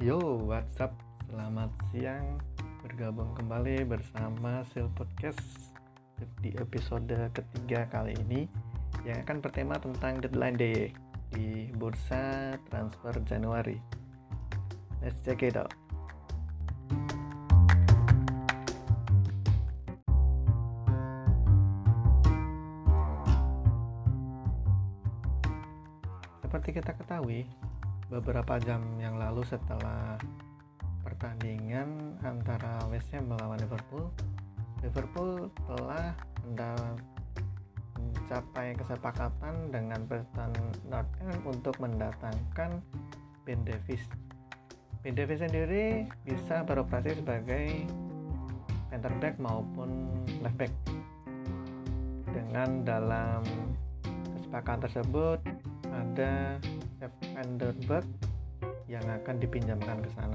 Yo, what's up? Selamat siang. Bergabung kembali bersama Sil Podcast di episode ketiga kali ini yang akan bertema tentang deadline day di Bursa Transfer Januari. Let's check it out. Seperti kita ketahui, beberapa jam yang lalu setelah pertandingan antara West Ham melawan Liverpool telah mencapai kesepakatan dengan Preston North End untuk mendatangkan Ben Davies. Ben Davies sendiri bisa beroperasi sebagai center back maupun left back. Dengan dalam kesepakatan tersebut ada Sepp van der Berg yang akan dipinjamkan ke sana.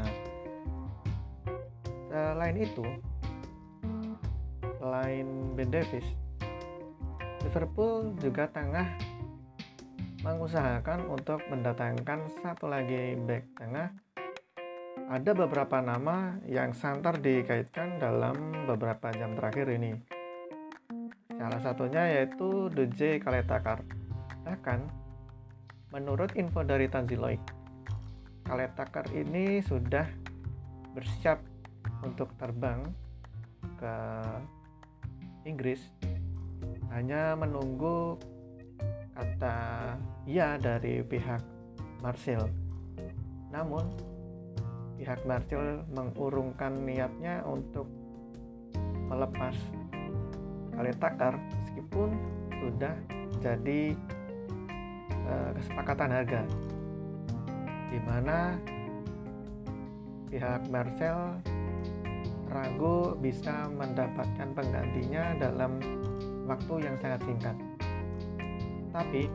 Selain Ben Davies, Liverpool juga tengah mengusahakan untuk mendatangkan satu lagi back tengah. Ada beberapa nama yang santer dikaitkan dalam beberapa jam terakhir ini. Salah satunya yaitu DJ Kaletakar. Bahkan menurut info dari Tanziloik, Kaletakar ini sudah bersiap untuk terbang ke Inggris, hanya menunggu kata ya dari pihak Marseille. Namun pihak Marseille mengurungkan niatnya untuk melepas Kaletakar meskipun sudah jadi kesepakatan harga, di mana pihak Marseille ragu bisa mendapatkan penggantinya dalam waktu yang sangat singkat. Tapi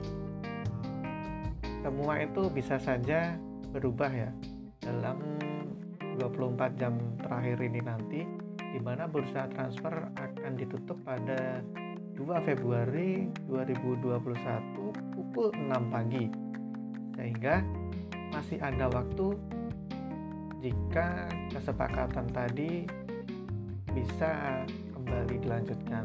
semua itu bisa saja berubah ya dalam 24 jam terakhir ini nanti, di mana bursa transfer akan ditutup pada 2 Februari 2021 pukul 6 pagi, sehingga masih ada waktu jika kesepakatan tadi bisa kembali dilanjutkan.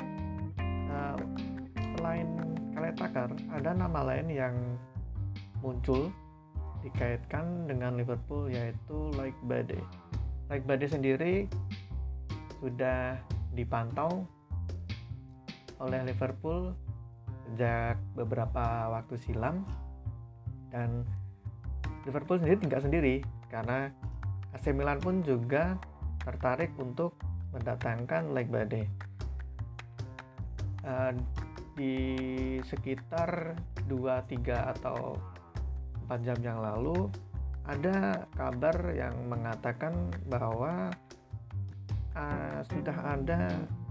Selain Kaletakar, ada nama lain yang muncul dikaitkan dengan Liverpool, yaitu Loic Bade. Loic Bade sendiri sudah dipantau oleh Liverpool sejak beberapa waktu silam, dan Liverpool sendiri tidak sendiri karena AC Milan pun juga tertarik untuk mendatangkan Loic Bade. Di sekitar 2-3 atau 4 jam yang lalu ada kabar yang mengatakan bahwa sudah ada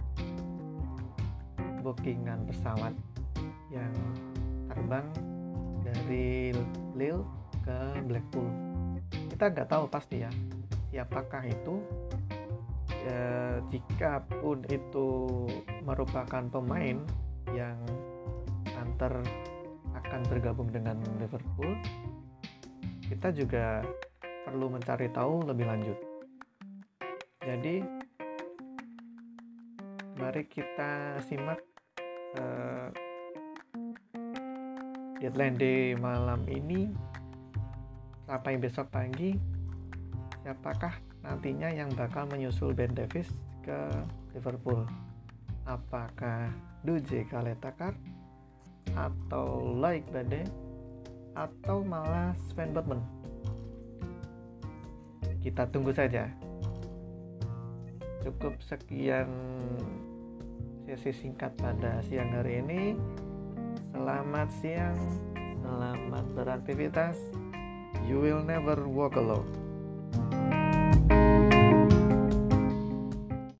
bookingan pesawat yang terbang dari Lille ke Blackpool. Kita nggak tahu pasti ya siapakah itu. Jika pun itu merupakan pemain yang akan bergabung dengan Liverpool, kita juga perlu mencari tahu lebih lanjut. Jadi mari kita simak deadline day malam ini sampai besok pagi. Siapakah nantinya yang bakal menyusul Ben Davies ke Liverpool? Apakah DJ Kaletakar atau Loic Bade atau malah Sven Botman? Kita tunggu saja. Cukup sekian sesi singkat pada siang hari ini. Selamat siang, selamat beraktivitas. You will never walk alone.